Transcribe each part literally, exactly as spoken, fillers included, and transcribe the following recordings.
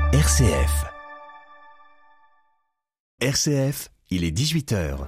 R C F. R C F, il est dix-huit heures.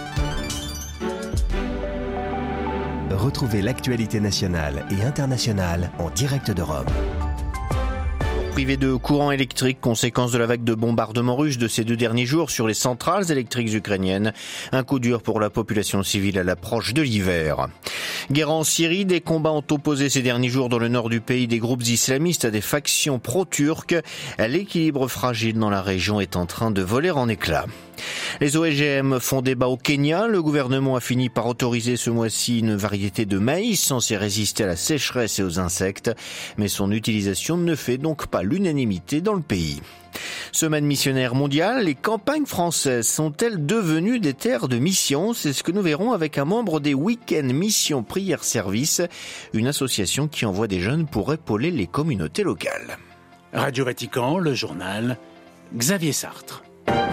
Retrouvez l'actualité nationale et internationale en direct de Rome. Privé de courant électrique, conséquence de la vague de bombardements russes de ces deux derniers jours sur les centrales électriques ukrainiennes. Un coup dur pour la population civile à l'approche de l'hiver. Guerre en Syrie, des combats ont opposé ces derniers jours dans le nord du pays des groupes islamistes à des factions pro-turques. L'équilibre fragile dans la région est en train de voler en éclats. Les O G M font débat au Kenya. Le gouvernement a fini par autoriser ce mois-ci une variété de maïs censée résister à la sécheresse et aux insectes. Mais son utilisation ne fait donc pas l'unanimité dans le pays. Semaine missionnaire mondiale, les campagnes françaises sont-elles devenues des terres de mission ? C'est ce que nous verrons avec un membre des Week-end Mission Prière Service, une association qui envoie des jeunes pour épauler les communautés locales. Radio Vatican, le journal, Xavier Sartre.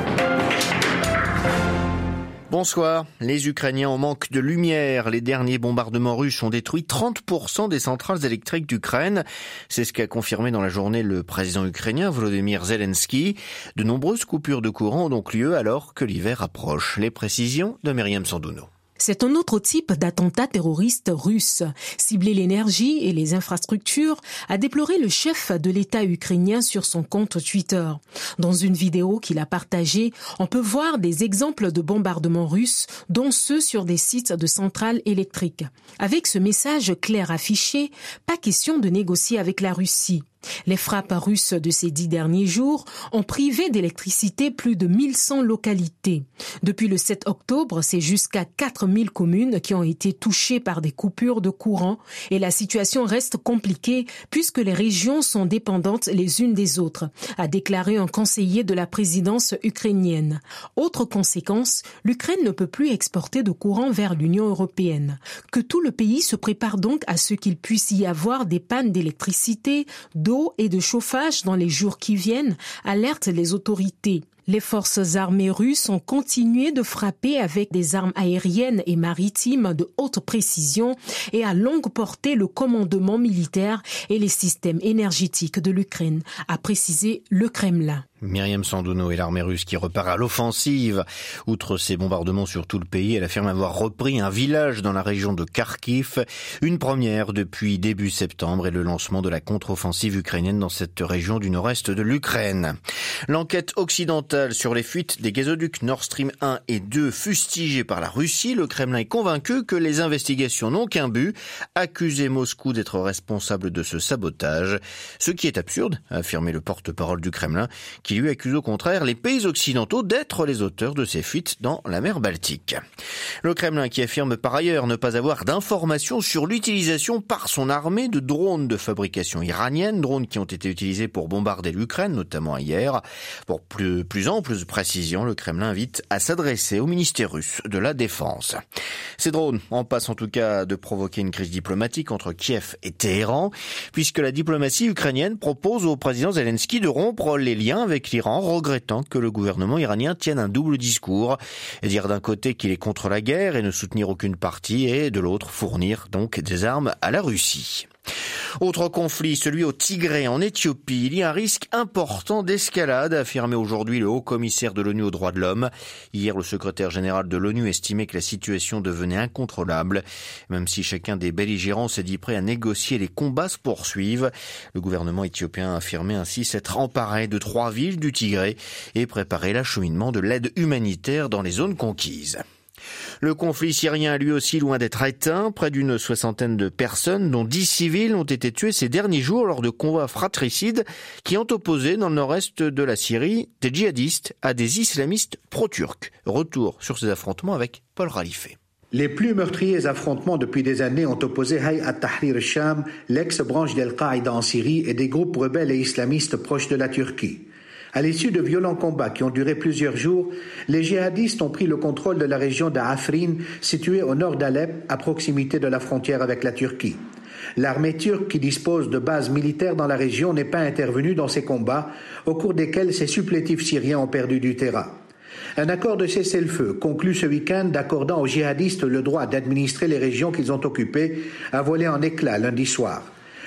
Bonsoir. Les Ukrainiens en manque de lumière. Les derniers bombardements russes ont détruit trente pour cent des centrales électriques d'Ukraine. C'est ce qu'a confirmé dans la journée le président ukrainien Volodymyr Zelensky. De nombreuses coupures de courant ont donc lieu alors que l'hiver approche. Les précisions de Myriam Sandouno. C'est un autre type d'attentat terroriste russe. Cibler l'énergie et les infrastructures, a déploré le chef de l'État ukrainien sur son compte Twitter. Dans une vidéo qu'il a partagée, on peut voir des exemples de bombardements russes, dont ceux sur des sites de centrales électriques. Avec ce message clair affiché, pas question de négocier avec la Russie. Les frappes russes de ces dix derniers jours ont privé d'électricité plus de mille cent localités. Depuis le sept octobre, c'est jusqu'à quatre mille communes qui ont été touchées par des coupures de courant et la situation reste compliquée puisque les régions sont dépendantes les unes des autres, a déclaré un conseiller de la présidence ukrainienne. Autre conséquence, l'Ukraine ne peut plus exporter de courant vers l'Union européenne. Que tout le pays se prépare donc à ce qu'il puisse y avoir des pannes d'électricité, d'eau et de chauffage dans les jours qui viennent, alertent les autorités. Les forces armées russes ont continué de frapper avec des armes aériennes et maritimes de haute précision et à longue portée le commandement militaire et les systèmes énergétiques de l'Ukraine, a précisé le Kremlin. Myriam Sandouno et l'armée russe qui repart à l'offensive. Outre ces bombardements sur tout le pays, elle affirme avoir repris un village dans la région de Kharkiv, une première depuis début septembre et le lancement de la contre-offensive ukrainienne dans cette région du nord-est de l'Ukraine. L'enquête occidentale sur les fuites des gazoducs Nord Stream un et deux fustigées par la Russie, le Kremlin est convaincu que les investigations n'ont qu'un but, accuser Moscou d'être responsable de ce sabotage. Ce qui est absurde, a affirmé le porte-parole du Kremlin, qui lui accuse au contraire les pays occidentaux d'être les auteurs de ces fuites dans la mer Baltique. Le Kremlin qui affirme par ailleurs ne pas avoir d'informations sur l'utilisation par son armée de drones de fabrication iranienne, drones qui ont été utilisés pour bombarder l'Ukraine, notamment hier. Pour plus, plus ample précision, le Kremlin invite à s'adresser au ministère russe de la Défense. Ces drones en passent en tout cas de provoquer une crise diplomatique entre Kiev et Téhéran, puisque la diplomatie ukrainienne propose au président Zelensky de rompre les liens avec l'Iran, regrettant que le gouvernement iranien tienne un double discours, et dire d'un côté qu'il est contre la guerre et ne soutenir aucune partie, et de l'autre fournir donc des armes à la Russie. Autre conflit, celui au Tigré en Éthiopie. Il y a un risque important d'escalade, a affirmé aujourd'hui le haut-commissaire de l'ONU aux droits de l'homme. Hier, le secrétaire général de l'ONU estimait que la situation devenait incontrôlable. Même si chacun des belligérants s'est dit prêt à négocier, les combats se poursuivent. Le gouvernement éthiopien a affirmé ainsi s'être emparé de trois villes du Tigré et préparé l'acheminement de l'aide humanitaire dans les zones conquises. Le conflit syrien est lui aussi loin d'être éteint. Près d'une soixantaine de personnes, dont dix civils, ont été tués ces derniers jours lors de convois fratricides qui ont opposé dans le nord-est de la Syrie des djihadistes à des islamistes pro-turcs. Retour sur ces affrontements avec Paul Ralifé. Les plus meurtriers affrontements depuis des années ont opposé Hayat Tahrir al-Sham, l'ex-branche d'Al-Qaïda en Syrie, et des groupes rebelles et islamistes proches de la Turquie. À l'issue de violents combats qui ont duré plusieurs jours, les djihadistes ont pris le contrôle de la région d'Afrin, située au nord d'Alep, à proximité de la frontière avec la Turquie. L'armée turque, qui dispose de bases militaires dans la région, n'est pas intervenue dans ces combats, au cours desquels ses supplétifs syriens ont perdu du terrain. Un accord de cessez-le-feu conclu ce week-end accordant aux djihadistes le droit d'administrer les régions qu'ils ont occupées a volé en éclats lundi soir.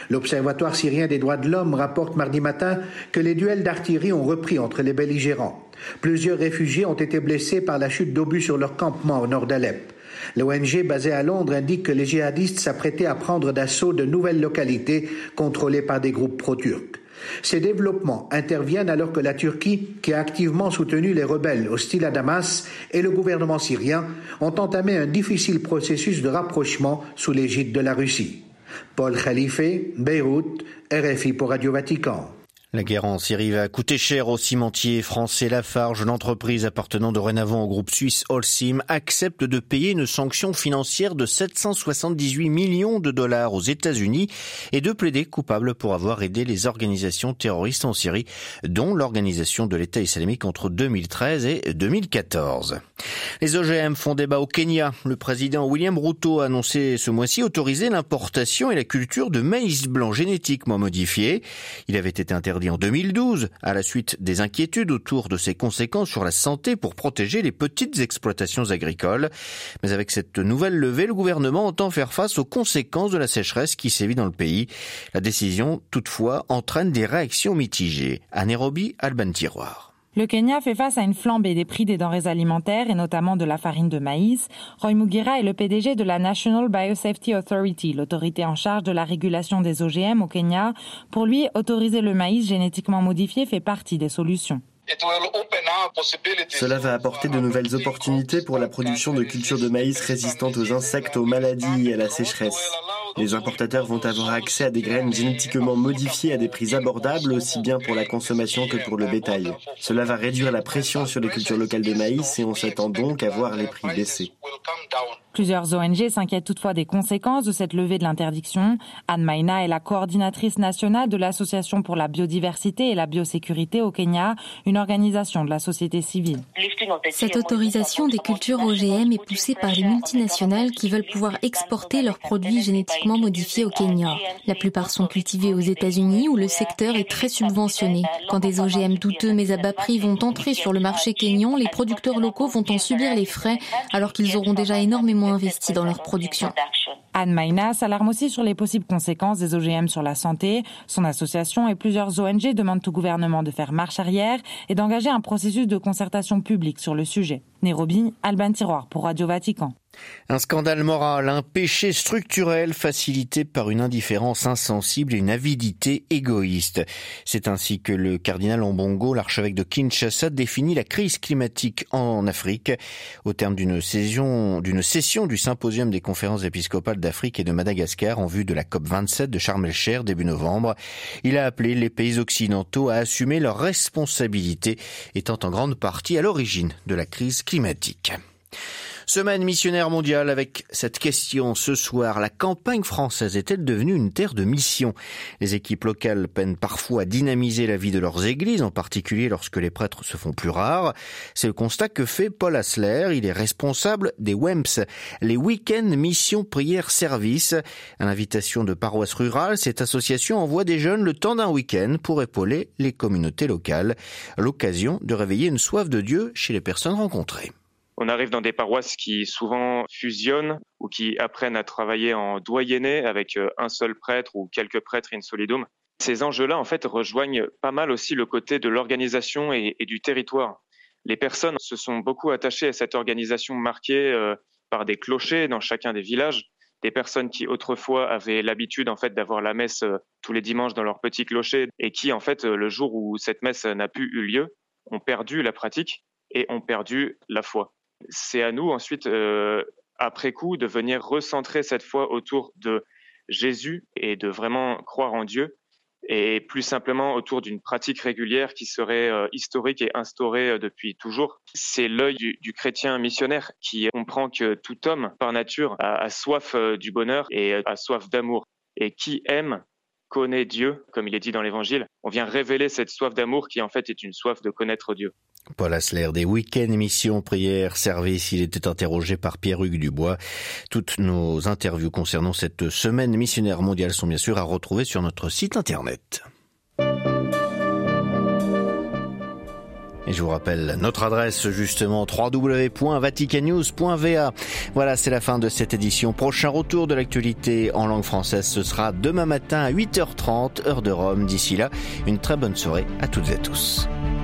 L'Observatoire syrien des droits de l'homme rapporte mardi matin que les duels d'artillerie ont repris entre les belligérants. Plusieurs réfugiés ont été blessés par la chute d'obus sur leur campement au nord d'Alep. L'O N G basée à Londres indique que les djihadistes s'apprêtaient à prendre d'assaut de nouvelles localités contrôlées par des groupes pro-turcs. Ces développements interviennent alors que la Turquie, qui a activement soutenu les rebelles hostiles à Damas, et le gouvernement syrien ont entamé un difficile processus de rapprochement sous l'égide de la Russie. Paul Khalife, Beyrouth, R F I pour Radio Vatican. La guerre en Syrie va coûter cher au cimentier français Lafarge. L'entreprise appartenant dorénavant au groupe suisse Holcim accepte de payer une sanction financière de sept cent soixante-dix-huit millions de dollars aux États-Unis et de plaider coupable pour avoir aidé les organisations terroristes en Syrie, dont l'organisation de l'État islamique entre deux mille treize et deux mille quatorze. Les O G M font débat au Kenya. Le président William Ruto a annoncé ce mois-ci autoriser l'importation et la culture de maïs blanc génétiquement modifié. Il avait été interdit en deux mille douze, à la suite des inquiétudes autour de ses conséquences sur la santé pour protéger les petites exploitations agricoles. Mais avec cette nouvelle levée, le gouvernement entend faire face aux conséquences de la sécheresse qui sévit dans le pays. La décision, toutefois, entraîne des réactions mitigées. À Nairobi, Alban Tiroir. Le Kenya fait face à une flambée des prix des denrées alimentaires et notamment de la farine de maïs. Roy Mugira est le P D G de la National Biosafety Authority, l'autorité en charge de la régulation des O G M au Kenya. Pour lui, autoriser le maïs génétiquement modifié fait partie des solutions. Cela va apporter de nouvelles opportunités pour la production de cultures de maïs résistantes aux insectes, aux maladies et à la sécheresse. Les importateurs vont avoir accès à des graines génétiquement modifiées à des prix abordables, aussi bien pour la consommation que pour le bétail. Cela va réduire la pression sur les cultures locales de maïs et on s'attend donc à voir les prix baisser. Plusieurs O N G s'inquiètent toutefois des conséquences de cette levée de l'interdiction. Anne Maina est la coordinatrice nationale de l'Association pour la biodiversité et la biosécurité au Kenya, une organisation de la société civile. Cette autorisation des cultures O G M est poussée par les multinationales qui veulent pouvoir exporter leurs produits génétiquement modifiés au Kenya. La plupart sont cultivés aux États-Unis où le secteur est très subventionné. Quand des O G M douteux mais à bas prix vont entrer sur le marché kényan, les producteurs locaux vont en subir les frais alors qu'ils auront déjà énormément investi dans leur production. Anne Maina s'alarme aussi sur les possibles conséquences des O G M sur la santé. Son association et plusieurs O N G demandent au gouvernement de faire marche arrière et d'engager un processus de concertation publique sur le sujet. Nairobi, Alban Tiroir pour Radio Vatican. Un scandale moral, un péché structurel facilité par une indifférence insensible et une avidité égoïste. C'est ainsi que le cardinal Ambongo, l'archevêque de Kinshasa, définit la crise climatique en Afrique au terme d'une session, d'une session du symposium des conférences épiscopales d'Afrique et de Madagascar en vue de la COP vingt-sept de Sharm el-Sheikh début novembre. Il a appelé les pays occidentaux à assumer leurs responsabilités, étant en grande partie à l'origine de la crise climatique. Semaine missionnaire mondiale avec cette question ce soir. La campagne française est-elle devenue une terre de mission ? Les équipes locales peinent parfois à dynamiser la vie de leurs églises, en particulier lorsque les prêtres se font plus rares. C'est le constat que fait Paul Hasler. Il est responsable des W E M S, les week-ends mission prière service. À l'invitation de paroisses rurales, cette association envoie des jeunes le temps d'un week-end pour épauler les communautés locales. L'occasion de réveiller une soif de Dieu chez les personnes rencontrées. On arrive dans des paroisses qui souvent fusionnent ou qui apprennent à travailler en doyenné avec un seul prêtre ou quelques prêtres in solidum. Ces enjeux-là, en fait, rejoignent pas mal aussi le côté de l'organisation et, et du territoire. Les personnes se sont beaucoup attachées à cette organisation marquée euh, par des clochers dans chacun des villages. Des personnes qui autrefois avaient l'habitude en fait d'avoir la messe euh, tous les dimanches dans leur petit clocher et qui, en fait, le jour où cette messe n'a plus eu lieu, ont perdu la pratique et ont perdu la foi. C'est à nous ensuite, euh, après coup, de venir recentrer cette foi autour de Jésus et de vraiment croire en Dieu et plus simplement autour d'une pratique régulière qui serait euh, historique et instaurée euh, depuis toujours. C'est l'œil du, du chrétien missionnaire qui comprend que tout homme, par nature, a, a soif euh, du bonheur et a soif d'amour. Et qui aime connaît Dieu, comme il est dit dans l'Évangile. On vient révéler cette soif d'amour qui en fait est une soif de connaître Dieu. Paul Hasler, des week-ends, missions, prières, services. Il était interrogé par Pierre-Hugues Dubois. Toutes nos interviews concernant cette semaine missionnaire mondiale sont bien sûr à retrouver sur notre site internet. Et je vous rappelle notre adresse justement w w w point vatican news point v a. Voilà, c'est la fin de cette édition. Prochain retour de l'actualité en langue française, ce sera demain matin à huit heures trente, heure de Rome. D'ici là, une très bonne soirée à toutes et à tous.